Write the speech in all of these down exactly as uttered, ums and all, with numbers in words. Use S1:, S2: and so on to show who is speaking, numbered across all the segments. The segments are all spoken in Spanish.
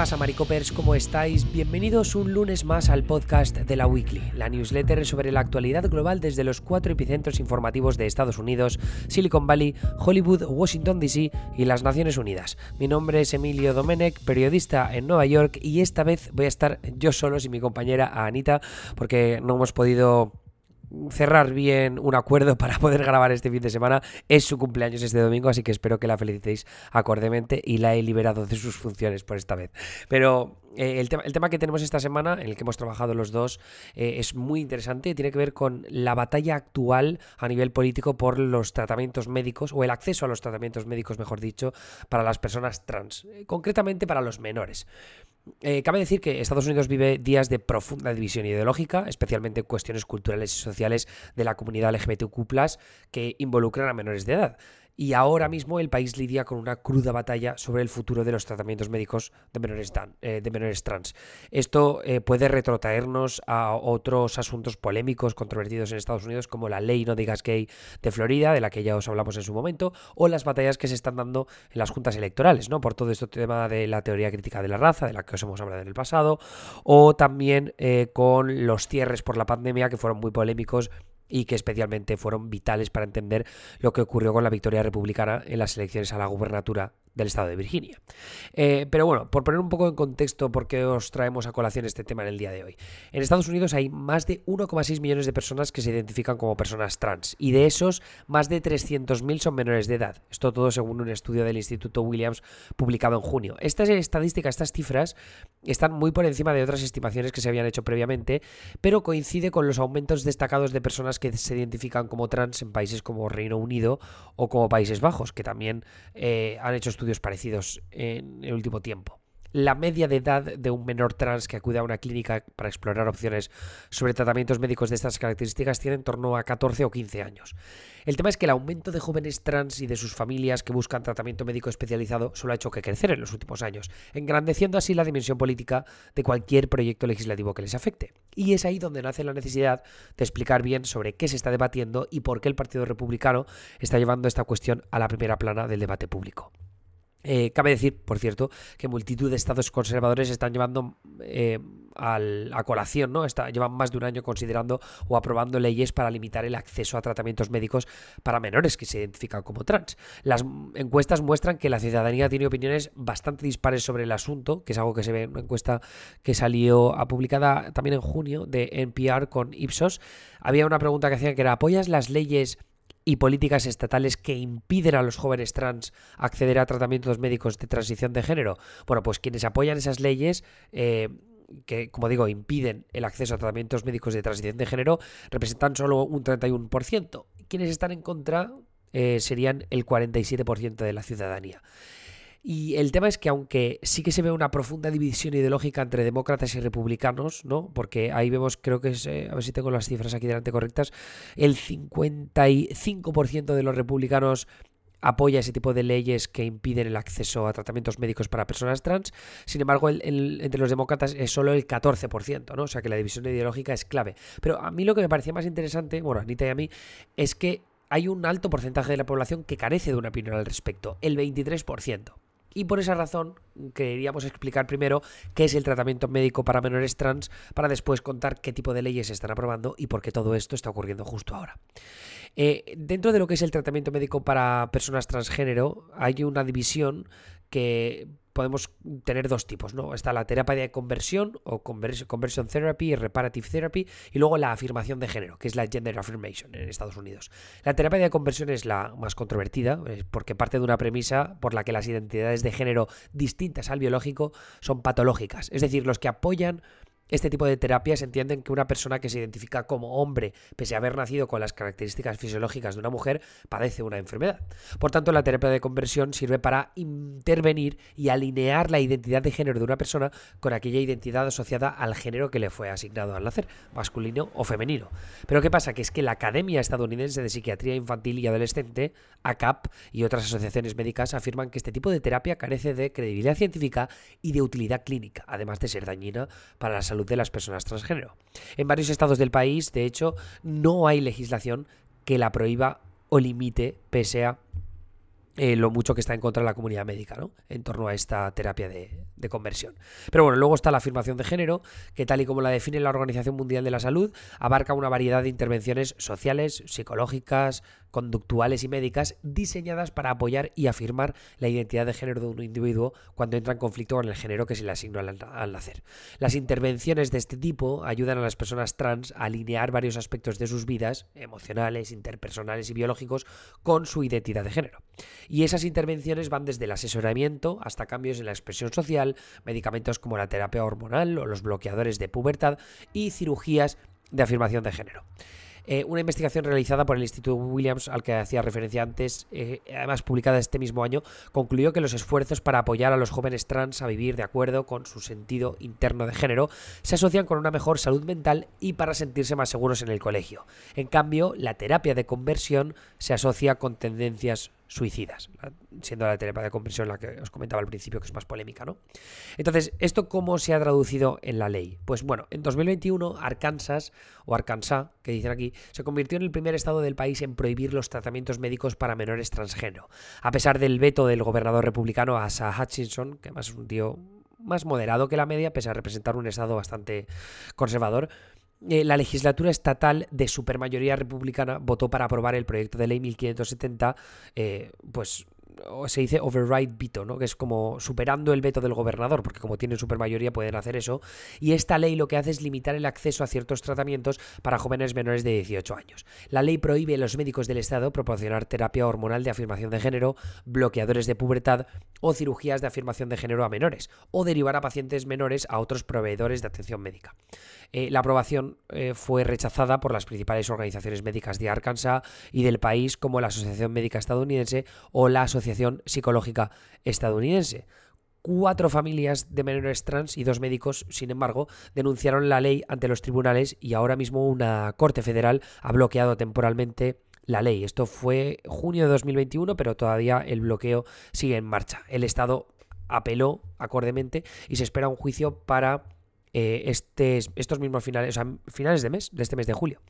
S1: pasa, Maricopers? ¿Cómo estáis? Bienvenidos un lunes más al podcast de la Weekly, la newsletter sobre la actualidad global desde los cuatro epicentros informativos de Estados Unidos, Silicon Valley, Hollywood, Washington D C y las Naciones Unidas. Mi nombre es Emilio Domenech, periodista en Nueva York, y esta vez voy a estar yo solo sin mi compañera Anita, porque no hemos podido cerrar bien un acuerdo para poder grabar este fin de semana. Es su cumpleaños este domingo, así que espero que la felicitéis acordemente y la he liberado de sus funciones por esta vez. Pero eh, el, tema, el tema que tenemos esta semana, en el que hemos trabajado los dos, eh, es muy interesante y tiene que ver con la batalla actual a nivel político por los tratamientos médicos, o el acceso a los tratamientos médicos, mejor dicho, para las personas trans, eh, concretamente para los menores. Eh, cabe decir que Estados Unidos vive días de profunda división ideológica, especialmente en cuestiones culturales y sociales de la comunidad L G B T Q plus, que involucran a menores de edad. Y ahora mismo el país lidia con una cruda batalla sobre el futuro de los tratamientos médicos de menores, tan, eh, de menores trans. Esto eh, puede retrotraernos a otros asuntos polémicos, controvertidos en Estados Unidos, como la ley No Digas Gay de Florida, de la que ya os hablamos en su momento, o las batallas que se están dando en las juntas electorales, ¿no? Por todo este tema de la teoría crítica de la raza, de la que os hemos hablado en el pasado, o también eh, con los cierres por la pandemia, que fueron muy polémicos y que especialmente fueron vitales para entender lo que ocurrió con la victoria republicana en las elecciones a la gubernatura del estado de Virginia. Eh, pero bueno, por poner un poco en contexto por qué os traemos a colación este tema en el día de hoy. En Estados Unidos hay más de uno coma seis millones de personas que se identifican como personas trans, y de esos, más de trescientos mil son menores de edad. Esto todo según un estudio del Instituto Williams publicado en junio. Estas estadísticas, estas cifras, están muy por encima de otras estimaciones que se habían hecho previamente, pero coincide con los aumentos destacados de personas que se identifican como trans en países como Reino Unido o como Países Bajos, que también eh, han hecho estudios parecidos en el último tiempo. La media de edad de un menor trans que acude a una clínica para explorar opciones sobre tratamientos médicos de estas características tiene en torno a catorce o quince años. El tema es que el aumento de jóvenes trans y de sus familias que buscan tratamiento médico especializado solo ha hecho que crecer en los últimos años, engrandeciendo así la dimensión política de cualquier proyecto legislativo que les afecte. Y es ahí donde nace la necesidad de explicar bien sobre qué se está debatiendo y por qué el Partido Republicano está llevando esta cuestión a la primera plana del debate público. Eh, cabe decir, por cierto, que multitud de estados conservadores están llevando eh, al, a colación, ¿no? Está, llevan más de un año considerando o aprobando leyes para limitar el acceso a tratamientos médicos para menores que se identifican como trans. Las encuestas muestran que la ciudadanía tiene opiniones bastante dispares sobre el asunto, que es algo que se ve en una encuesta que salió a publicada también en junio de N P R con Ipsos. Había una pregunta que hacían que era: ¿apoyas las leyes y políticas estatales que impiden a los jóvenes trans acceder a tratamientos médicos de transición de género? Bueno, pues quienes apoyan esas leyes eh, que, como digo, impiden el acceso a tratamientos médicos de transición de género representan solo un treinta y uno por ciento. Quienes están en contra eh, serían el cuarenta y siete por ciento de la ciudadanía. Y el tema es que, aunque sí que se ve una profunda división ideológica entre demócratas y republicanos, ¿no? Porque ahí vemos, creo que es, eh, a ver si tengo las cifras aquí delante correctas, el cincuenta y cinco por ciento de los republicanos apoya ese tipo de leyes que impiden el acceso a tratamientos médicos para personas trans. Sin embargo, el, el, entre los demócratas es solo el catorce por ciento, ¿no? O sea que la división ideológica es clave. Pero a mí lo que me parecía más interesante, bueno, a Anita y a mí, es que hay un alto porcentaje de la población que carece de una opinión al respecto, el veintitrés por ciento. Y por esa razón queríamos explicar primero qué es el tratamiento médico para menores trans, para después contar qué tipo de leyes se están aprobando y por qué todo esto está ocurriendo justo ahora. Eh, dentro de lo que es el tratamiento médico para personas transgénero, hay una división que podemos tener dos tipos, ¿no? Está la terapia de conversión o conversion therapy y reparative therapy, y luego la afirmación de género, que es la gender affirmation en Estados Unidos. La terapia de conversión es la más controvertida porque parte de una premisa por la que las identidades de género distintas al biológico son patológicas. Es decir, los que apoyan este tipo de terapias entienden que una persona que se identifica como hombre, pese a haber nacido con las características fisiológicas de una mujer, padece una enfermedad. Por tanto, la terapia de conversión sirve para intervenir y alinear la identidad de género de una persona con aquella identidad asociada al género que le fue asignado al nacer, masculino o femenino. Pero ¿qué pasa? Que es que la Academia Estadounidense de Psiquiatría Infantil y Adolescente, A C A P, y otras asociaciones médicas afirman que este tipo de terapia carece de credibilidad científica y de utilidad clínica, además de ser dañina para la salud de las personas transgénero. En varios estados del país, de hecho, no hay legislación que la prohíba o limite, pese a Eh, lo mucho que está en contra de la comunidad médica, ¿no? En torno a esta terapia de, de conversión. Pero bueno, luego está la afirmación de género, que tal y como la define la Organización Mundial de la Salud, abarca una variedad de intervenciones sociales, psicológicas, conductuales y médicas diseñadas para apoyar y afirmar la identidad de género de un individuo cuando entra en conflicto con el género que se le asignó al, al nacer. Las intervenciones de este tipo ayudan a las personas trans a alinear varios aspectos de sus vidas, emocionales, interpersonales y biológicos, con su identidad de género. Y esas intervenciones van desde el asesoramiento hasta cambios en la expresión social, medicamentos como la terapia hormonal o los bloqueadores de pubertad y cirugías de afirmación de género. Eh, una investigación realizada por el Instituto Williams, al que hacía referencia antes, eh, además publicada este mismo año, concluyó que los esfuerzos para apoyar a los jóvenes trans a vivir de acuerdo con su sentido interno de género se asocian con una mejor salud mental y para sentirse más seguros en el colegio. En cambio, la terapia de conversión se asocia con tendencias suicidas, siendo la terapia de conversión la que os comentaba al principio, que es más polémica, ¿no? Entonces, ¿esto cómo se ha traducido en la ley? Pues bueno, en dos mil veintiuno, Arkansas, o Arkansas, que dicen aquí, se convirtió en el primer estado del país en prohibir los tratamientos médicos para menores transgénero, a pesar del veto del gobernador republicano Asa Hutchinson, que además es un tío más moderado que la media, pese a representar un estado bastante conservador. Eh, la legislatura estatal de supermayoría republicana votó para aprobar el proyecto de ley mil quinientos setenta, eh, pues se dice override veto, ¿no? Que es como superando el veto del gobernador, porque como tienen supermayoría pueden hacer eso, y esta ley lo que hace es limitar el acceso a ciertos tratamientos para jóvenes menores de dieciocho años. La ley prohíbe a los médicos del Estado proporcionar terapia hormonal de afirmación de género, bloqueadores de pubertad o cirugías de afirmación de género a menores, o derivar a pacientes menores a otros proveedores de atención médica. Eh, la aprobación eh, fue rechazada por las principales organizaciones médicas de Arkansas y del país, como la Asociación Médica Estadounidense o la Asociación Psicológica Estadounidense. Cuatro familias de menores trans y dos médicos, sin embargo, denunciaron la ley ante los tribunales y ahora mismo una corte federal ha bloqueado temporalmente la ley. Esto fue junio de dos mil veintiuno, pero todavía el bloqueo sigue en marcha. El Estado apeló acordemente y se espera un juicio para Eh, este, estos mismos finales, o sea, finales de mes, de este mes de julio.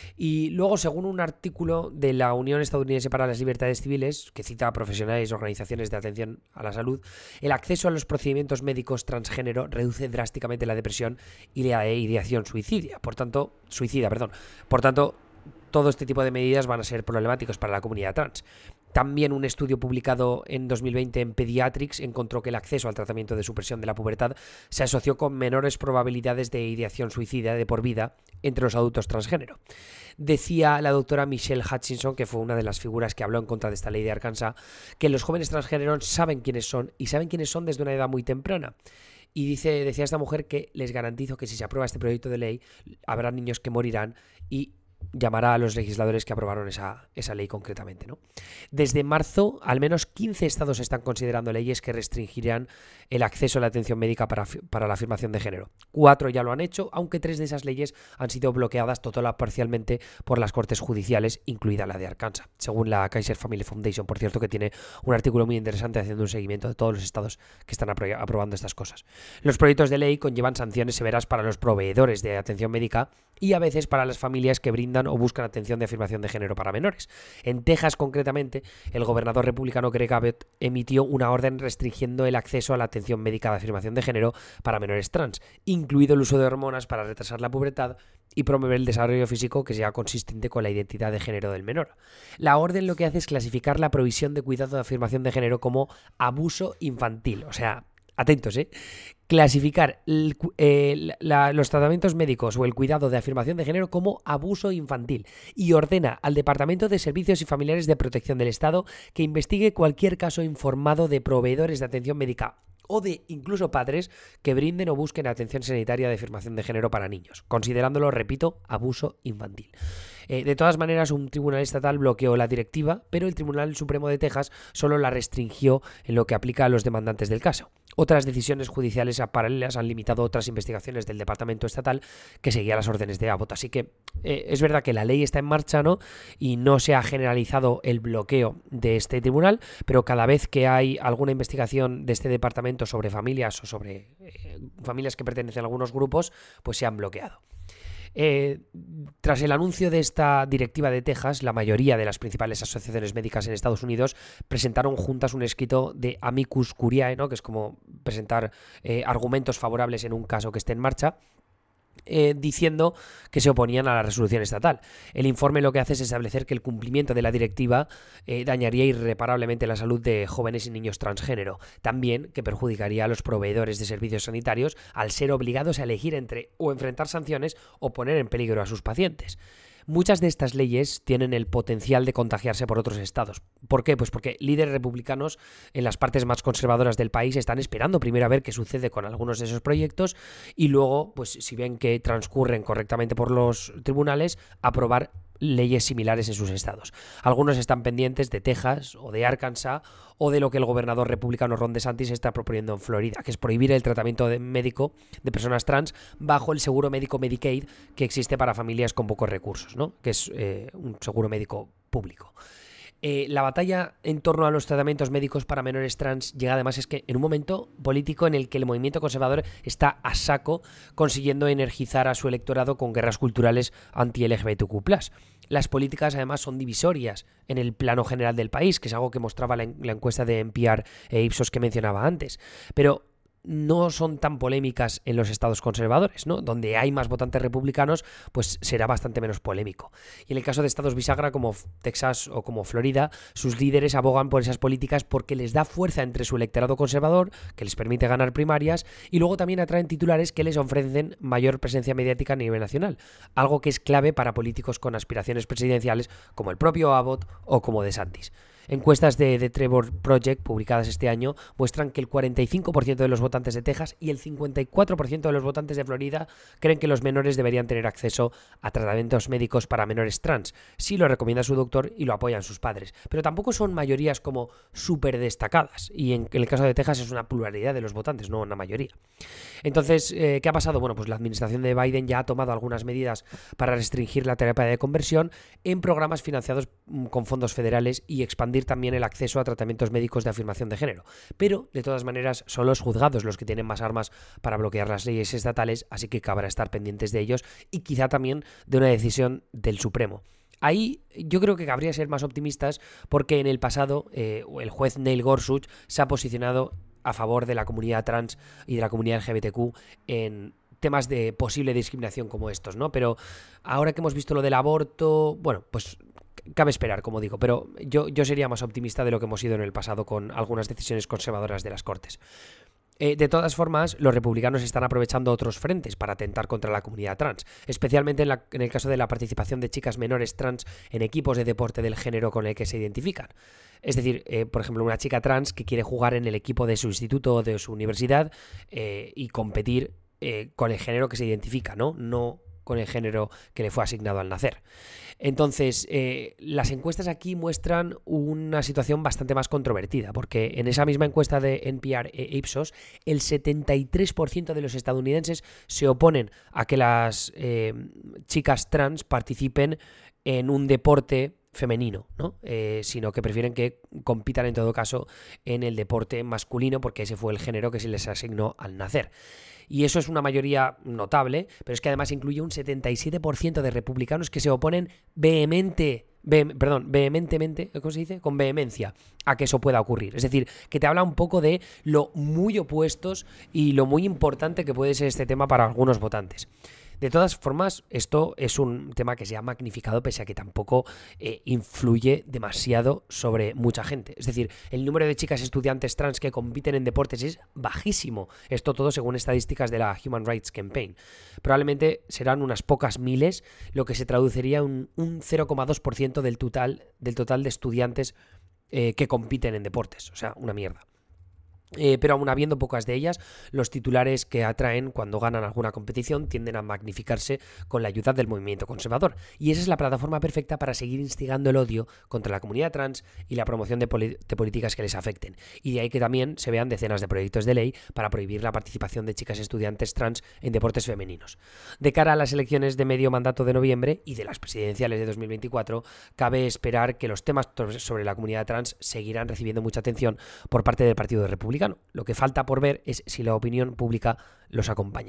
S1: Y luego, según un artículo de la Unión Estadounidense para las Libertades Civiles, que cita a profesionales y organizaciones de atención a la salud, el acceso a los procedimientos médicos transgénero reduce drásticamente la depresión y la ideación suicida. Por tanto, suicida, perdón. Por tanto, todo este tipo de medidas van a ser problemáticos para la comunidad trans. También un estudio publicado en dos mil veinte en Pediatrics encontró que el acceso al tratamiento de supresión de la pubertad se asoció con menores probabilidades de ideación suicida de por vida entre los adultos transgénero. Decía la doctora Michelle Hutchinson, que fue una de las figuras que habló en contra de esta ley de Arkansas, que los jóvenes transgénero saben quiénes son y saben quiénes son desde una edad muy temprana. Y dice, decía esta mujer que les garantizo que si se aprueba este proyecto de ley habrá niños que morirán y llamará a los legisladores que aprobaron esa, esa ley concretamente, ¿no? Desde marzo, al menos quince estados están considerando leyes que restringirán el acceso a la atención médica para, para la afirmación de género. Cuatro ya lo han hecho, aunque tres de esas leyes han sido bloqueadas total o parcialmente por las cortes judiciales, incluida la de Arkansas, según la Kaiser Family Foundation, por cierto, que tiene un artículo muy interesante haciendo un seguimiento de todos los estados que están apro- aprobando estas cosas. Los proyectos de ley conllevan sanciones severas para los proveedores de atención médica y a veces para las familias que brindan o buscan atención de afirmación de género para menores. En Texas, concretamente, el gobernador republicano Greg Abbott emitió una orden restringiendo el acceso a la atención médica de afirmación de género para menores trans, incluido el uso de hormonas para retrasar la pubertad y promover el desarrollo físico que sea consistente con la identidad de género del menor. La orden lo que hace es clasificar la provisión de cuidado de afirmación de género como abuso infantil, o sea, atentos, ¿eh? Clasificar el, eh, la, los tratamientos médicos o el cuidado de afirmación de género como abuso infantil y ordena al Departamento de Servicios y Familiares de Protección del Estado que investigue cualquier caso informado de proveedores de atención médica o de incluso padres que brinden o busquen atención sanitaria de afirmación de género para niños, considerándolo, repito, abuso infantil. Eh, de todas maneras, un tribunal estatal bloqueó la directiva, pero el Tribunal Supremo de Texas solo la restringió en lo que aplica a los demandantes del caso. Otras decisiones judiciales paralelas han limitado otras investigaciones del Departamento Estatal que seguía las órdenes de Abbott. Así que eh, es verdad que la ley está en marcha, ¿no? Y no se ha generalizado el bloqueo de este tribunal, pero cada vez que hay alguna investigación de este departamento sobre familias o sobre eh, familias que pertenecen a algunos grupos, pues se han bloqueado. Eh, tras el anuncio de esta directiva de Texas, la mayoría de las principales asociaciones médicas en Estados Unidos presentaron juntas un escrito de amicus curiae, ¿no? Que es como presentar eh, argumentos favorables en un caso que esté en marcha, Eh, diciendo que se oponían a la resolución estatal. El informe lo que hace es establecer que el cumplimiento de la directiva eh, dañaría irreparablemente la salud de jóvenes y niños transgénero, también que perjudicaría a los proveedores de servicios sanitarios al ser obligados a elegir entre o enfrentar sanciones o poner en peligro a sus pacientes. Muchas de estas leyes tienen el potencial de contagiarse por otros estados. ¿Por qué? Pues porque líderes republicanos en las partes más conservadoras del país están esperando primero a ver qué sucede con algunos de esos proyectos y luego, pues si ven que transcurren correctamente por los tribunales, aprobar leyes similares en sus estados. Algunos están pendientes de Texas o de Arkansas o de lo que el gobernador republicano Ron DeSantis está proponiendo en Florida, que es prohibir el tratamiento de médico de personas trans bajo el seguro médico Medicaid que existe para familias con pocos recursos, ¿no? Que es eh, un seguro médico público. Eh, la batalla en torno a los tratamientos médicos para menores trans llega además es que en un momento político en el que el movimiento conservador está a saco consiguiendo energizar a su electorado con guerras culturales anti-L G B T Q plus. Las políticas además son divisorias en el plano general del país, que es algo que mostraba la, en- la encuesta de N P R e Ipsos que mencionaba antes. Pero no son tan polémicas en los estados conservadores, ¿no? Donde hay más votantes republicanos, pues será bastante menos polémico. Y en el caso de estados bisagra como Texas o como Florida, sus líderes abogan por esas políticas porque les da fuerza entre su electorado conservador, que les permite ganar primarias, y luego también atraen titulares que les ofrecen mayor presencia mediática a nivel nacional, algo que es clave para políticos con aspiraciones presidenciales como el propio Abbott o como DeSantis. Encuestas de The Trevor Project publicadas este año muestran que el cuarenta y cinco por ciento de los votantes de Texas y el cincuenta y cuatro por ciento de los votantes de Florida creen que los menores deberían tener acceso a tratamientos médicos para menores trans, si lo recomienda su doctor y lo apoyan sus padres. Pero tampoco son mayorías como súper destacadas, y en el caso de Texas es una pluralidad de los votantes, no una mayoría. Entonces, eh, ¿qué ha pasado? Bueno, pues la administración de Biden ya ha tomado algunas medidas para restringir la terapia de conversión en programas financiados mm, con fondos federales y expandir también el acceso a tratamientos médicos de afirmación de género. Pero, de todas maneras, son los juzgados los que tienen más armas para bloquear las leyes estatales, así que cabrá estar pendientes de ellos y quizá también de una decisión del Supremo. Ahí yo creo que cabría ser más optimistas porque en el pasado eh, el juez Neil Gorsuch se ha posicionado a favor de la comunidad trans y de la comunidad L G B T Q en temas de posible discriminación como estos, ¿no? Pero ahora que hemos visto lo del aborto, bueno, pues cabe esperar, como digo, pero yo, yo sería más optimista de lo que hemos sido en el pasado con algunas decisiones conservadoras de las Cortes. Eh, de todas formas, los republicanos están aprovechando otros frentes para atentar contra la comunidad trans, especialmente en, la, en el caso de la participación de chicas menores trans en equipos de deporte del género con el que se identifican. Es decir, eh, por ejemplo, una chica trans que quiere jugar en el equipo de su instituto o de su universidad eh, y competir eh, con el género que se identifica, ¿no? No con el género que le fue asignado al nacer. Entonces, eh, las encuestas aquí muestran una situación bastante más controvertida, porque en esa misma encuesta de N P R e Ipsos, el setenta y tres por ciento de los estadounidenses se oponen a que las eh, chicas trans participen en un deporte femenino, ¿no? Eh, sino que prefieren que compitan en todo caso en el deporte masculino porque ese fue el género que se les asignó al nacer. Y eso es una mayoría notable, pero es que además incluye un setenta y siete por ciento de republicanos que se oponen vehemente, ve, perdón, vehementemente, ¿cómo se dice? Con vehemencia a que eso pueda ocurrir. Es decir, que te habla un poco de lo muy opuestos y lo muy importante que puede ser este tema para algunos votantes. De todas formas, esto es un tema que se ha magnificado pese a que tampoco eh, influye demasiado sobre mucha gente. Es decir, el número de chicas estudiantes trans que compiten en deportes es bajísimo. Esto todo según estadísticas de la Human Rights Campaign. Probablemente serán unas pocas miles, lo que se traduciría en un cero coma dos por ciento del total, del total de estudiantes eh, que compiten en deportes. O sea, una mierda. Eh, pero aún habiendo pocas de ellas, los titulares que atraen cuando ganan alguna competición tienden a magnificarse con la ayuda del movimiento conservador. Y esa es la plataforma perfecta para seguir instigando el odio contra la comunidad trans y la promoción de, de políticas que les afecten. Y de ahí que también se vean decenas de proyectos de ley para prohibir la participación de chicas estudiantes trans en deportes femeninos. De cara a las elecciones de medio mandato de noviembre y de las presidenciales de dos mil veinticuatro, cabe esperar que los temas sobre la comunidad trans seguirán recibiendo mucha atención por parte del Partido Republicano. Lo que falta por ver es si la opinión pública los acompañará.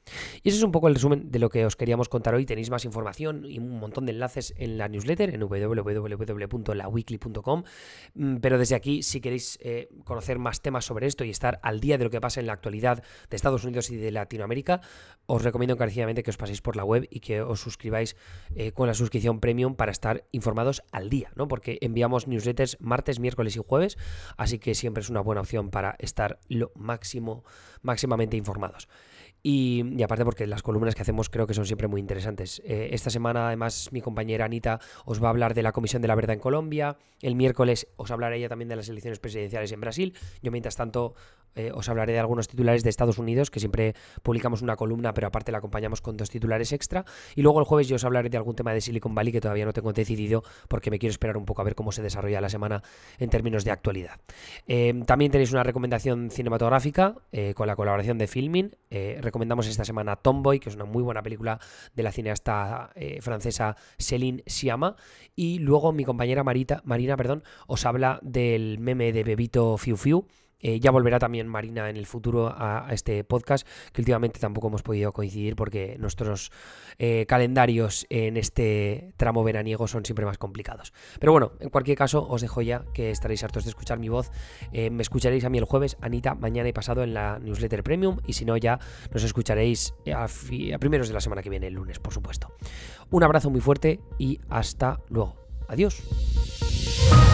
S1: Y ese es un poco el resumen de lo que os queríamos contar hoy. Tenéis más información y un montón de enlaces en la newsletter en w w w punto la weekly punto com, pero desde aquí, si queréis eh, conocer más temas sobre esto y estar al día de lo que pasa en la actualidad de Estados Unidos y de Latinoamérica, os recomiendo encarecidamente que os paséis por la web y que os suscribáis eh, con la suscripción premium para estar informados al día, ¿no? Porque enviamos newsletters martes, miércoles y jueves, así que siempre es una buena opción para estar lo máximo, máximamente informados. Y, y aparte porque las columnas que hacemos creo que son siempre muy interesantes. Eh, esta semana además mi compañera Anita os va a hablar de la Comisión de la Verdad en Colombia. El miércoles os hablará ella también de las elecciones presidenciales en Brasil. Yo mientras tanto eh, os hablaré de algunos titulares de Estados Unidos, que siempre publicamos una columna pero aparte la acompañamos con dos titulares extra. Y luego el jueves yo os hablaré de algún tema de Silicon Valley que todavía no tengo decidido porque me quiero esperar un poco a ver cómo se desarrolla la semana en términos de actualidad. Eh, también tenéis una recomendación cinematográfica eh, con la colaboración de Filmin. Eh, recomendamos esta semana Tomboy, que es una muy buena película de la cineasta eh, francesa Céline Sciamma, y luego mi compañera Marita, Marina perdón, os habla del meme de Bebito Fiu Fiu. Eh, ya volverá también Marina en el futuro a, a este podcast, que últimamente tampoco hemos podido coincidir porque nuestros eh, calendarios en este tramo veraniego son siempre más complicados. Pero bueno, en cualquier caso os dejo ya, que estaréis hartos de escuchar mi voz. Eh, me escucharéis a mí el jueves, Anita, mañana y pasado en la newsletter premium, y si no ya nos escucharéis a, fi- a primeros de la semana que viene, el lunes, por supuesto. Un abrazo muy fuerte y hasta luego. Adiós.